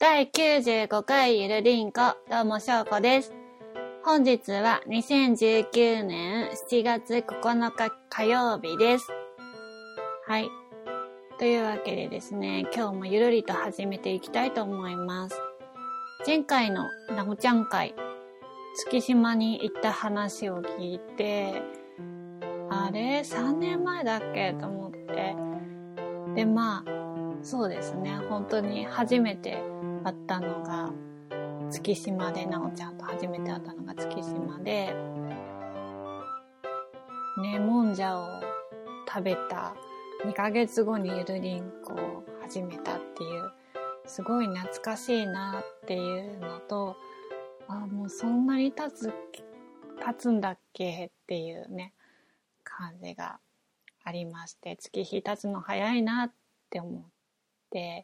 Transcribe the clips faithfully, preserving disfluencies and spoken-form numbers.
だいきゅうじゅうごかいゆるりんこ、どうもしょうこです。本日はにせんじゅうきゅうねんしちがつここのか火曜日です。はい。というわけでですね、今日もゆるりと始めていきたいと思います。前回のなごちゃん会、月島に行った話を聞いて、あれさんねんまえだっけと思って。で、まあ、そうですね、本当に初めて会ったのが月島で、なおちゃんと初めて会ったのが月島で、ね、もんじゃを食べたにかげつごにゆるりんこを始めたっていう、すごい懐かしいなっていうのと、あ、もうそんなに経つ、経つんだっけっていうね、感じがありまして、月日経つの早いなって思って、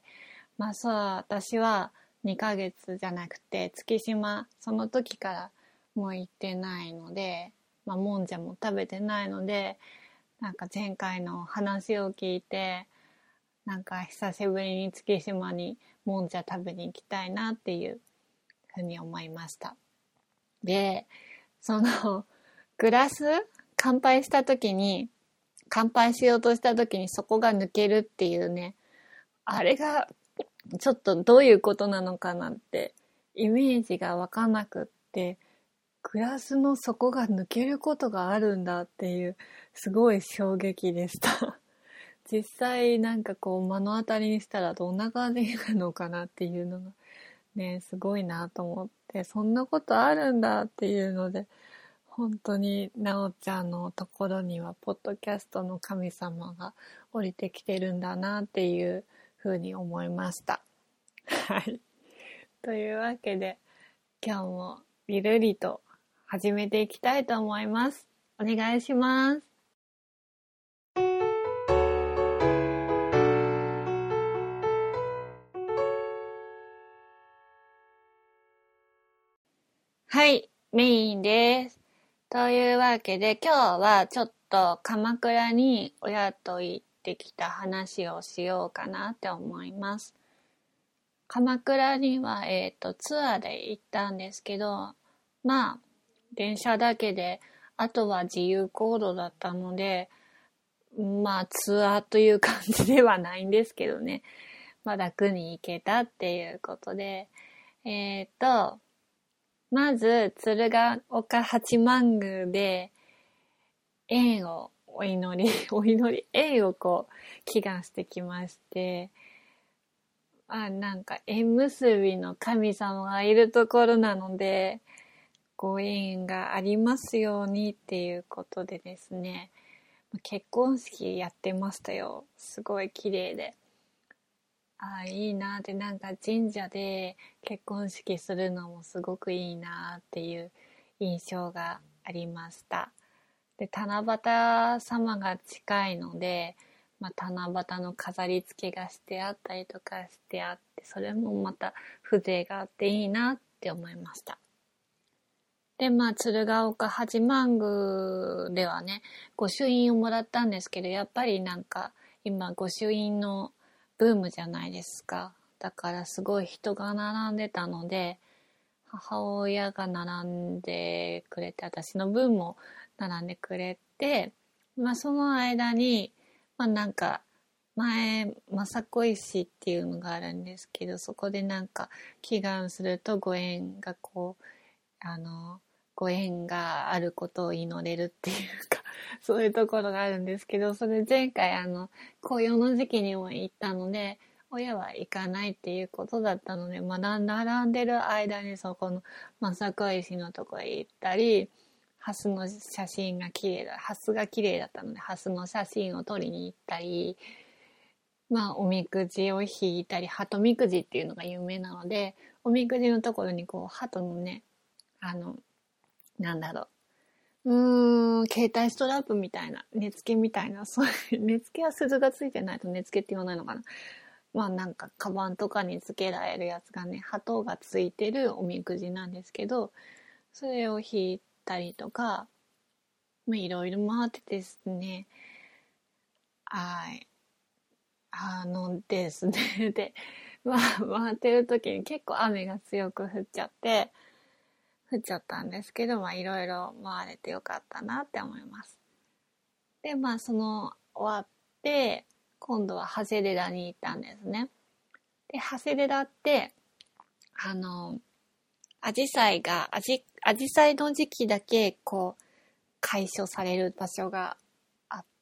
まあそう、私はにかげつじゃなくて、月島、その時からもう行ってないので、まあもんじゃも食べてないので、なんか前回の話を聞いて、なんか久しぶりに月島にもんじゃ食べに行きたいなっていうふうに思いました。で、そのグラス乾杯した時に、乾杯しようとした時にそこが抜けるっていうね、あれがちょっとどういうことなのかなんてイメージがわかんなくって、グラスの底が抜けることがあるんだっていうすごい衝撃でした実際なんかこう目の当たりにしたらどんな感じなのかなっていうのがね、すごいなと思って、そんなことあるんだっていうので、本当になおちゃんのところにはポッドキャストの神様が降りてきてるんだなっていうふうに思いました。はい。というわけで今日もゆるりと始めていきたいと思います。お願いします。はい、メインです。というわけで今日はちょっと鎌倉に親と行ってきた話をしようかなって思います。鎌倉には、えっと、ツアーで行ったんですけど、まあ、電車だけで、あとは自由行動だったので、まあ、ツアーという感じではないんですけどね。まあ、楽に行けたっていうことで、えっと、まず、鶴岡八幡宮で、縁をお祈り、お祈り、縁をこう、祈願してきまして、あ、なんか縁結びの神様がいるところなので、ご縁がありますようにっていうことでですね、結婚式やってましたよ。すごい綺麗で。あ、いいなって、なんか神社で結婚式するのもすごくいいなっていう印象がありました。で、七夕様が近いので、まあ、七夕の飾り付けがしてあったりとかしてあって、それもまた風情があっていいなって思いました。で、まあ、鶴岡八幡宮ではね、御朱印をもらったんですけど、やっぱりなんか、今御朱印のブームじゃないですか。だからすごい人が並んでたので、母親が並んでくれて、私の分も並んでくれて、まあその間に、まあなんか、前、政子石っていうのがあるんですけど、そこでなんか祈願するとご縁がこう、あの、ご縁があることを祈れるっていうか、そういうところがあるんですけど、それ前回あの、紅葉の時期にも行ったので、親は行かないっていうことだったので、まだ並んでる間にそこの政子石のとこへ行ったり、ハスの写真が綺麗だ、ハスが綺麗だったので、ハスの写真を撮りに行ったり、まあ、おみくじを引いたり、鳩みくじっていうのが有名なので、おみくじのところにこう、鳩のね、あの、なんだろう。うーん、携帯ストラップみたいな、根付けみたいな、そういう、根付けは鈴がついてないと根付けって言わないのかな。まあなんか、カバンとかにつけられるやつがね、鳩がついてるおみくじなんですけど、それを引いたりとか、まあいろいろ回ってですね、はい。あのですね。で、 まあ、回ってる時に結構雨が強く降っちゃって、降っちゃったんですけど、まあいろいろ回れてよかったなって思います。で、まあその終わって、今度は長谷寺に行ったんですね。で、長谷寺って、あの、アジサイが、アジ、アジサイの時期だけ、こう、解消される場所があって、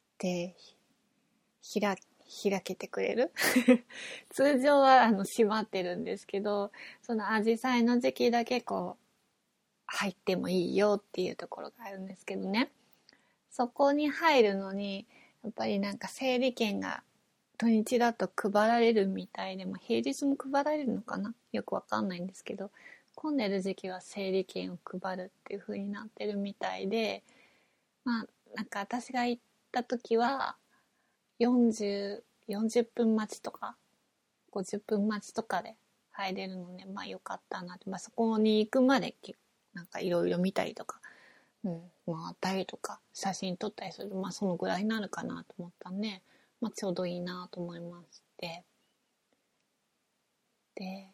ひら、開けてくれる通常はあの閉まってるんですけど、そのアジサイの時期だけこう、入ってもいいよっていうところがあるんですけどね。そこに入るのに、やっぱりなんか整理券が土日だと配られるみたいで、も平日も配られるのかなよくわかんないんですけど、混んでる時期は整理券を配るっていう風になってるみたいで、まあなんか私が行った時はよんじゅう、よんじゅっぷん待ちとかごじゅっぷん待ちとかで入れるので、まあよかったなって、まあそこに行くまでなんかいろいろ見たりとか、うん、回ったりとか写真撮ったりすると、まあそのぐらいになるかなと思ったんで、まあちょうどいいなと思いまして、で、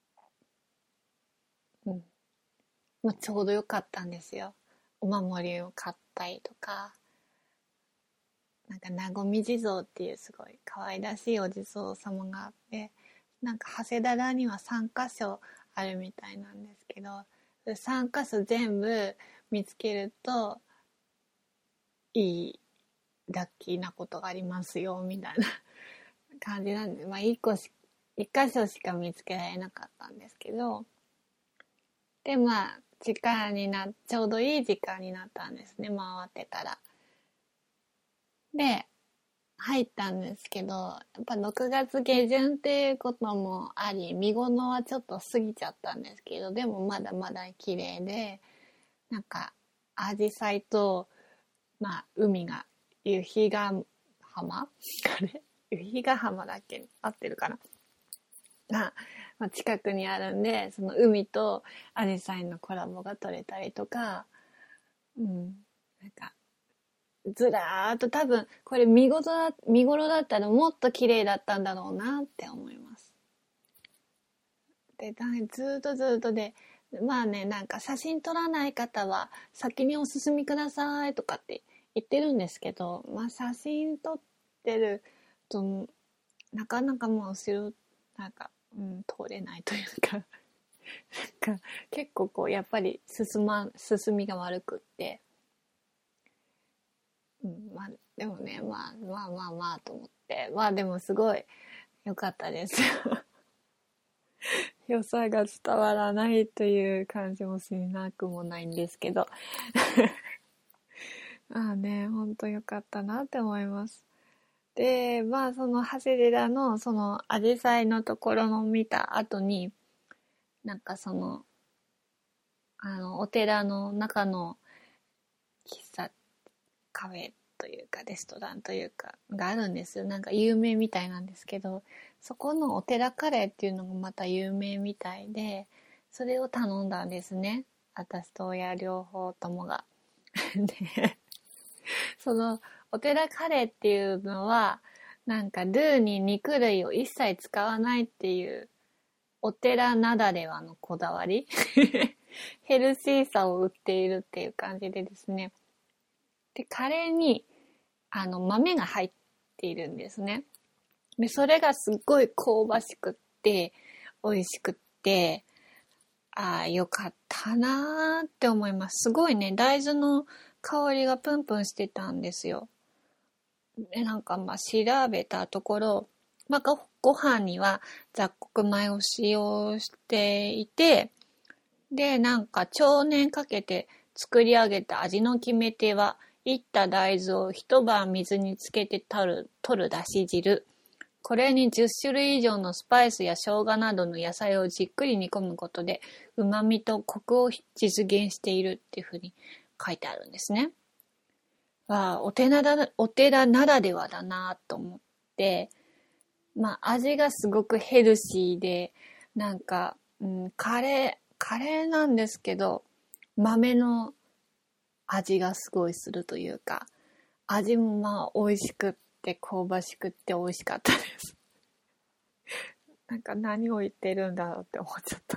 うん、まあちょうどよかったんですよ。お守りを買ったりとか、なんかなごみ地蔵っていうすごい可愛らしいお地蔵様があって、なんか長谷寺にはさんかしょあるみたいなんですけど、さんかしょ全部見つけるといいラッキーなことがありますよみたいな感じなんで、まあいっこしいっかしょしか見つけられなかったんですけど、でまあ時間になちょうどいい時間になったんですね、回ってたら。で入ったんですけど、やっぱろくがつ下旬っていうこともあり、見頃はちょっと過ぎちゃったんですけど、でもまだまだ綺麗で、なんかアジサイと、まあ海が由比ヶ浜あれ由比ヶ浜だっけ、合ってるかなが、まあ、近くにあるんで、その海とアジサイのコラボが取れたりとか、うん、なんかずらーっと、多分これ見頃だ、見頃だったらもっと綺麗だったんだろうなって思います。で、ずーっとずーっとで、まあね、なんか写真撮らない方は先にお進みくださいとかって言ってるんですけど、まあ写真撮ってるとなかなかもう後ろなんか、うん、通れないというかなんか結構こうやっぱり進ま進みが悪くって。うん、まあでもね、まあまあまあまあと思って、まあでもすごい良かったですよ良さが伝わらないという感じもしなくもないんですけどまあね、ほんと良かったなって思います。で、まあその長谷寺のそのアジサイのところの見た後に、なんかそのあのお寺の中の喫茶カフェというかレストランというかがあるんですよ。なんか有名みたいなんですけど、そこのお寺カレーっていうのがまた有名みたいで、それを頼んだんですね、私と親両方ともがで、そのお寺カレーっていうのはなんかルーに肉類を一切使わないっていうお寺ならではのこだわりヘルシーさを売っているっていう感じでですね。でカレーにあの豆が入っているんですね。でそれがすっごい香ばしくって美味しくって、ああよかったなーって思います。すごいね、大豆の香りがプンプンしてたんですよ。でなんかまあ調べたところ、まあ、ご, ご飯には雑穀米を使用していて、でなんか長年かけて作り上げた味の決め手は、いった大豆を一晩水につけて取る、取るだし汁。これにじゅっしゅるい以上のスパイスや生姜などの野菜をじっくり煮込むことで、旨味とコクを実現しているっていうふうに書いてあるんですね。わあ、お寺だ、お寺ならではだなと思って、まあ味がすごくヘルシーで、なんか、うん、カレー、カレーなんですけど、豆の味がすごいするというか、味もまあ美味しくって香ばしくって美味しかったですなんか何を言ってるんだろうって思っちゃった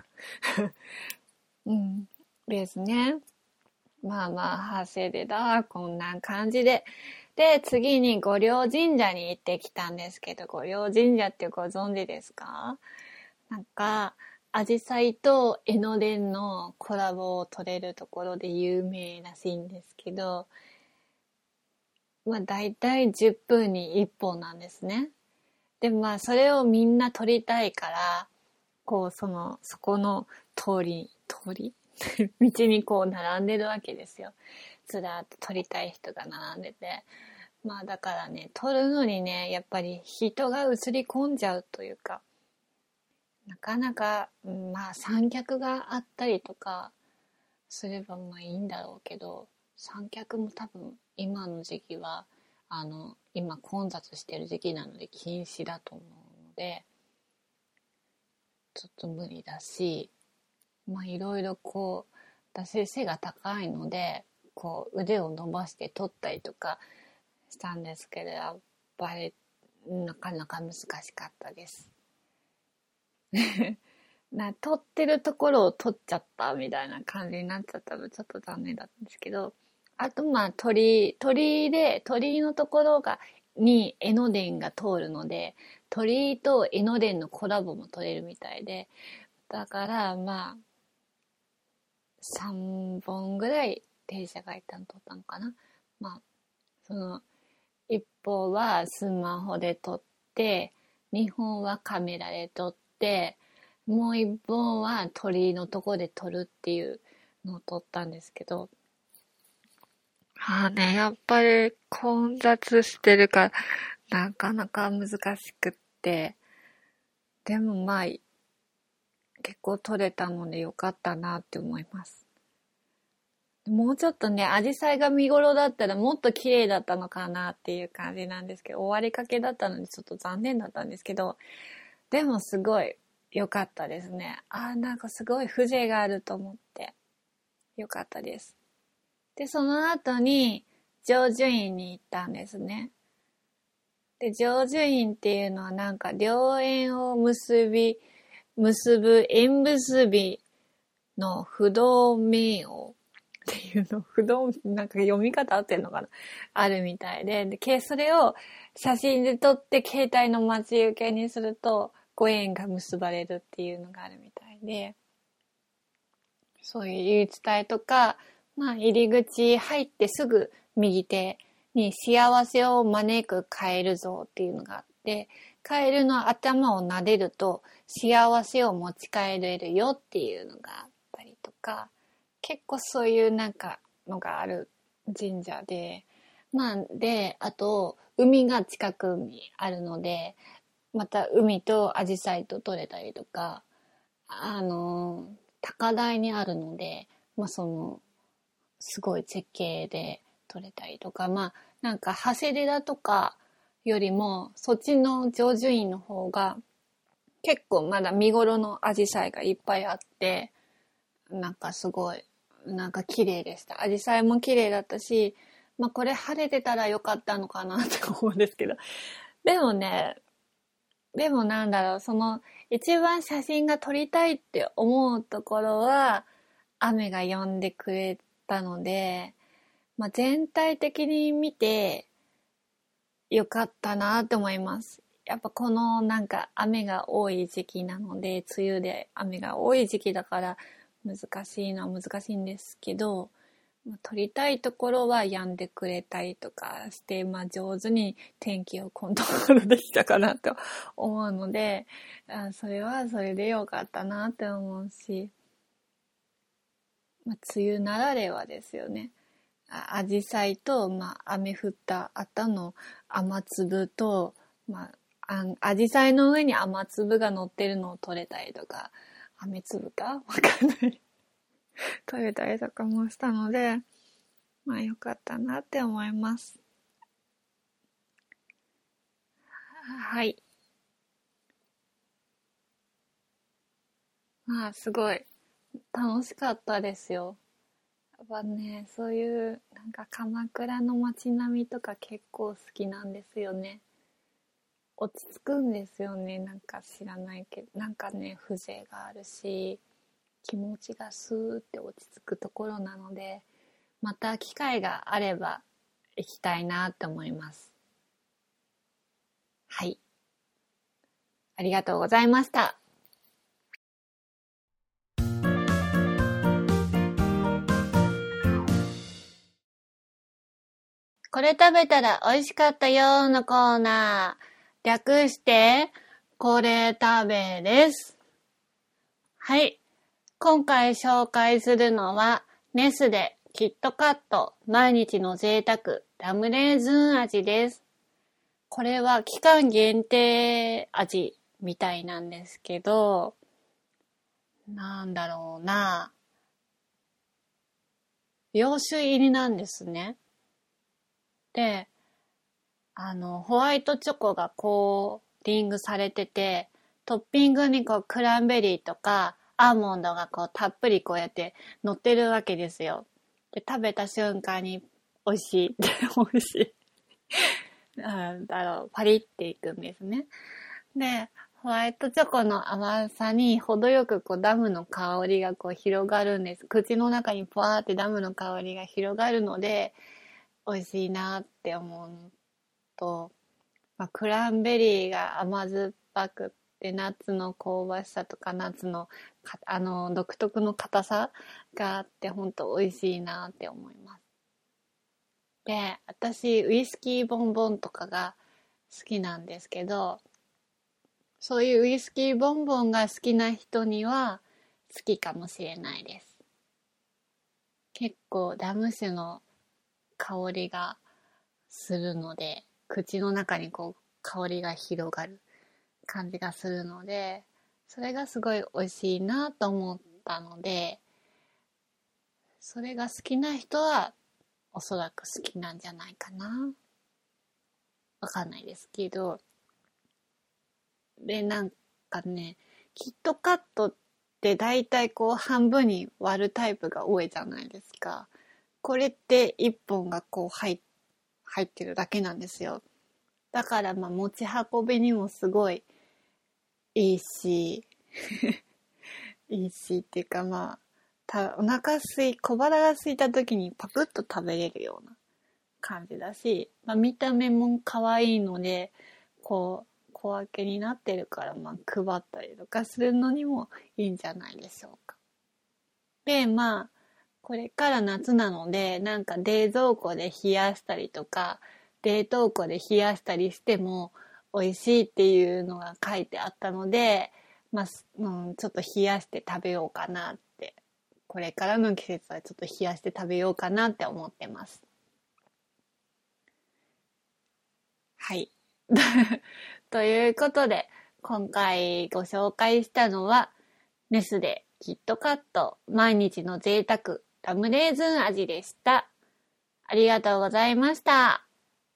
うんですね。まあまあ派生でだこんな感じで、で次に御陵神社に行ってきたんですけど、御陵神社ってご存知ですか？なんか紫陽花と江ノ電のコラボを取れるところで有名らしいんですけど、まあ大体じゅっぷんにいっぽんなんですね。でまあそれをみんな撮りたいから、こうそのそこの通り通り道にこう並んでるわけですよ。ずらーっと撮りたい人が並んでて、まあだからね、撮るのにねやっぱり人が映り込んじゃうというか、なかなか、まあ三脚があったりとかすればまあいいんだろうけど、三脚も多分今の時期はあの今混雑してる時期なので禁止だと思うのでちょっと無理だし、まあいろいろこう私背が高いのでこう腕を伸ばして撮ったりとかしたんですけど、やっぱりなかなか難しかったですな撮ってるところを撮っちゃったみたいな感じになっちゃったのでちょっと残念だったんですけど、あとまあ鳥居鳥居で鳥居のところがに江ノ電が通るので、鳥居と江ノ電のコラボも撮れるみたいで、だからまあさんぼんぐらい電車が一旦撮ったのかな。まあその一方はスマホで撮って、二本はカメラで撮って、もう一本は鳥居のとこで撮るっていうのを撮ったんですけど、ああね、やっぱり混雑してるからなかなか難しくって、でもまあ結構撮れたのでよかったなって思います。もうちょっとね、紫陽花が見頃だったらもっと綺麗だったのかなっていう感じなんですけど、終わりかけだったのでちょっと残念だったんですけど、でもすごい良かったですね。あーなんかすごい風情があると思って良かったです。で、その後に成就院に行ったんですね。で、成就院っていうのはなんか良縁を結び、結ぶ縁結びの不動明王っていうの、不動、なんか読み方合ってんのかな、あるみたいで、で、それを写真で撮って携帯の待ち受けにするとご縁が結ばれるっていうのがあるみたいで、そういう言い伝えとか、まあ入り口入ってすぐ右手に幸せを招くカエル像っていうのがあって、カエルの頭を撫でると幸せを持ち帰れるよっていうのがあったりとか、結構そういうなんかのがある神社で、まあで、あと海が近くにあるので、また海とアジサイと撮れたりとか、あの高台にあるので、まあそのすごい絶景で撮れたりとか、まあなんか長谷寺とかよりもそっちの成就院の方が結構まだ見頃のアジサイがいっぱいあって、なんかすごいなんか綺麗でした。アジサイも綺麗だったし、まあこれ晴れてたらよかったのかなって思うんですけど、でもね、でもなんだろう、その一番写真が撮りたいって思うところは雨が止んでくれたので、まあ、全体的に見てよかったなって思います。やっぱこのなんか雨が多い時期なので、梅雨で雨が多い時期だから難しいのは難しいんですけど、撮りたいところは止んでくれたりとかして、まあ、上手に天気をコントロールできたかなと思うので、あそれはそれでよかったなって思うし、まあ、梅雨ならではですよね。あ紫陽花と、まあ、雨降った後の雨粒と、まあ、あ紫陽花の上に雨粒が乗ってるのを撮れたりとか、雨粒かわかんない撮れたりとかもしたので、まあよかったなって思います。はい。まあすごい楽しかったですよ。やっぱね、そういうなんか鎌倉の街並みとか結構好きなんですよね。 落ち着くんですよね。なんか知らないけど、なんかね、風情があるし、気持ちがスーって落ち着くところなので、また機会があれば行きたいなって思います。はい。ありがとうございました。これ食べたら美味しかったよのコーナー。略して、これ食べです。はい。今回紹介するのは、ネスでキットカット毎日の贅沢ラムレーズン味です。これは期間限定味みたいなんですけど、なんだろうな。洋酒入りなんですね。で、あの、ホワイトチョコがコーティングされてて、トッピングにこうクランベリーとかアーモンドがこうたっぷりこうやって乗ってるわけですよ。で、食べた瞬間に美味しいって美味しい。なんだろう、パリっていくんですね。で、ホワイトチョコの甘さに程よくこうダムの香りがこう広がるんです。口の中にポワーってダムの香りが広がるので、美味しいなって思うと、まあ、クランベリーが甘酸っぱくってナッツの香ばしさとかナッツのかあの独特の硬さがあって本当美味しいなって思います。で、私ウイスキーボンボンとかが好きなんですけど、そういうウイスキーボンボンが好きな人には好きかもしれないです。結構ラム酒の香りがするので、口の中にこう香りが広がる感じがするので、それがすごい美味しいなと思ったので、それが好きな人はおそらく好きなんじゃないかな。わかんないですけど、で、なんかね、キットカットって大体こう半分に割るタイプが多いじゃないですか。これって一本がこう入入ってるだけなんですよ。だからまあ持ち運びにもすごいいいし、いいしっていうかまあ、たお腹すい、小腹が空いた時にパクッと食べれるような感じだし、まあ、見た目も可愛いので、こう、小分けになってるから、まあ、配ったりとかするのにもいいんじゃないでしょうか。で、まあ、これから夏なので、なんか冷蔵庫で冷やしたりとか、冷凍庫で冷やしたりしても美味しいっていうのが書いてあったので、まあ、うん、ちょっと冷やして食べようかなって、これからの季節はちょっと冷やして食べようかなって思ってます。はい。ということで、今回ご紹介したのは、ネスでキットカット毎日の贅沢ラムレーズン味でした。ありがとうございました。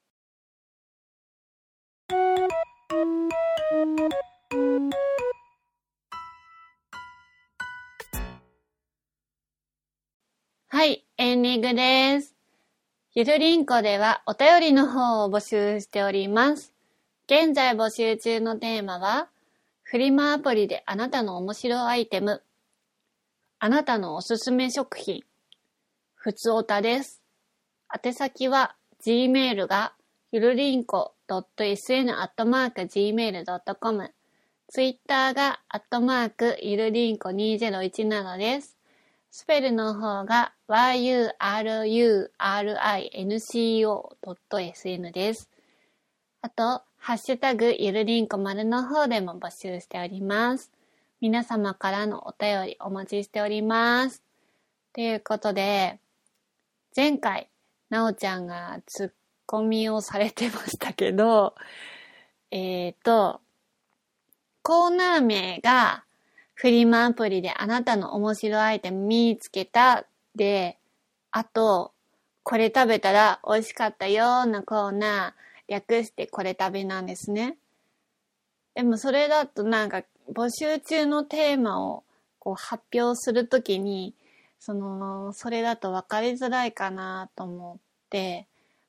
はい、エンディングです。ゆるりんこではお便りの方を募集しております。現在募集中のテーマは、フリマアプリであなたの面白アイテム、あなたのおすすめ食品、ふつおたです。宛先は Gmail がゆるりんこ .sn アットマーク ジーメールドットコム、Twitter がアットマークゆるりんこにせんじゅうななです。スペルの方が ワイユーアールユーアールアイエヌシーオードットエスエヌ です。あと、ハッシュタグゆるりんこ丸の方でも募集しております。皆様からのお便りお待ちしております。ということで、前回、なおちゃんがツッコミをされてましたけど、えーと、コーナー名がフリマアプリであなたの面白いアイテム見つけたで、あと、これ食べたら美味しかったよのコーナー、略してこれ食べなんですね。でもそれだとなんか募集中のテーマをこう発表するときに、その、それだと分かりづらいかなと思って、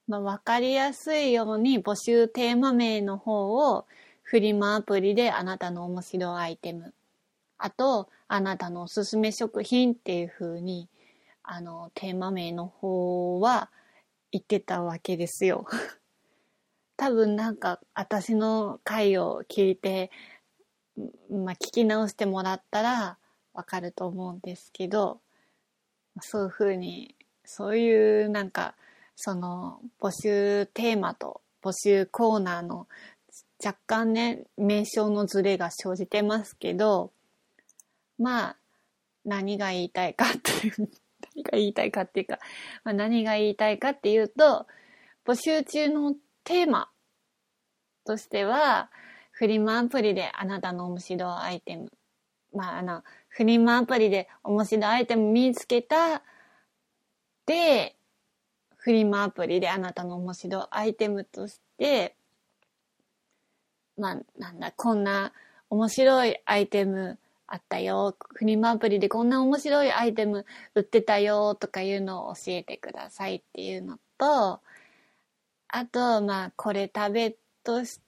まあ、わかりやすいように募集テーマ名の方をフリマアプリであなたの面白いアイテム、あとあなたのおすすめ食品っていう風にあのテーマ名の方は言ってたわけですよ。多分なんか私の回を聞いて、まあ、聞き直してもらったらわかると思うんですけど、そういう風にそういうなんかその募集テーマと募集コーナーの若干ね名称のズレが生じてますけど、まあ何が言いたいかっていう何が言いたいかっていうか、まあ、何が言いたいかっていうと、募集中のテーマとしてはフリマアプリであなたの面白いアイテム、まああのフリマアプリで面白いアイテム見つけたで、フリマアプリであなたの面白いアイテムとしてまあ、なんだ、こんな面白いアイテムあったよ。フリマアプリでこんな面白いアイテム売ってたよとかいうのを教えてくださいっていうのと、あと、まあ、これ食べとして、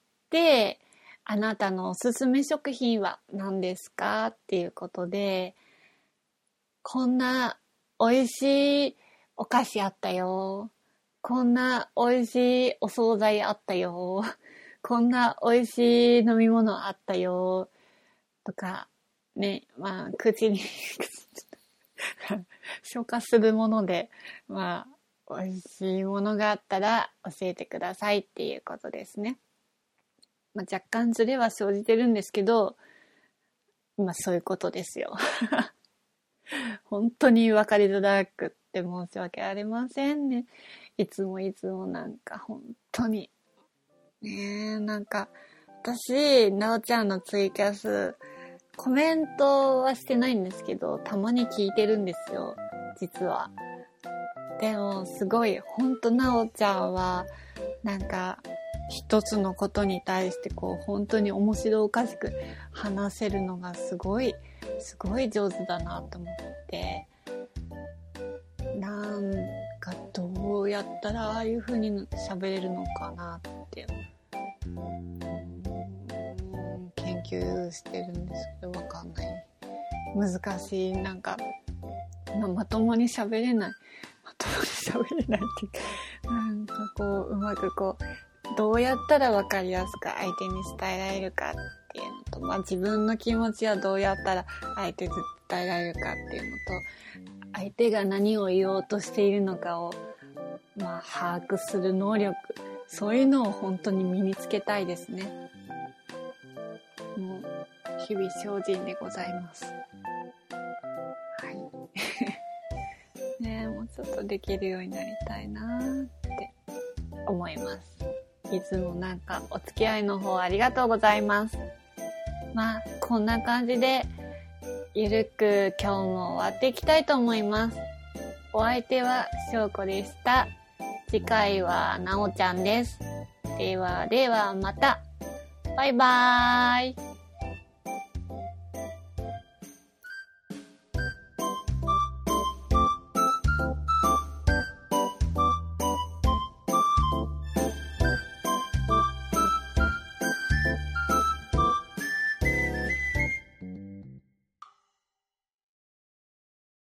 あなたのおすすめ食品は何ですかっていうことで、こんな美味しいお菓子あったよ。こんな美味しいお惣菜あったよ。こんな美味しい飲み物あったよとかね、まあ口に消化するもので、まあ美味しいものがあったら教えてくださいっていうことですね。まあ、若干ズレは生じてるんですけど、まあそういうことですよ。本当に分かりづらくって申し訳ありませんね。いつもいつもなんか本当に。ねえ、なんか、私、なおちゃんのツイキャス、コメントはしてないんですけど、たまに聞いてるんですよ、実は。でも、すごい、ほんとなおちゃんは、なんか、一つのことに対して、こう、本当に面白おかしく話せるのがすごい、すごい上手だなと思って、なんか、どうやったらああいう風に喋れるのかなって、研究してるんですけどわかんない。難しい、なんか、まあ、まともに喋れない。まともに喋れないっていうか、なんかこう、うまくこう、どうやったらわかりやすく相手に伝えられるかっていうのと、まあ自分の気持ちはどうやったら相手に伝えられるかっていうのと、相手が何を言おうとしているのかを、まあ把握する能力、そういうのを本当に身につけたいですね。もう日々精進でございます。はいねえ、もうちょっとできるようになりたいなって思います。いつもなんかお付き合いの方ありがとうございます。まあこんな感じでゆるく今日も終わっていきたいと思います。お相手はしょうこでした。次回はなおちゃんです。ではではまた。バイバーイ。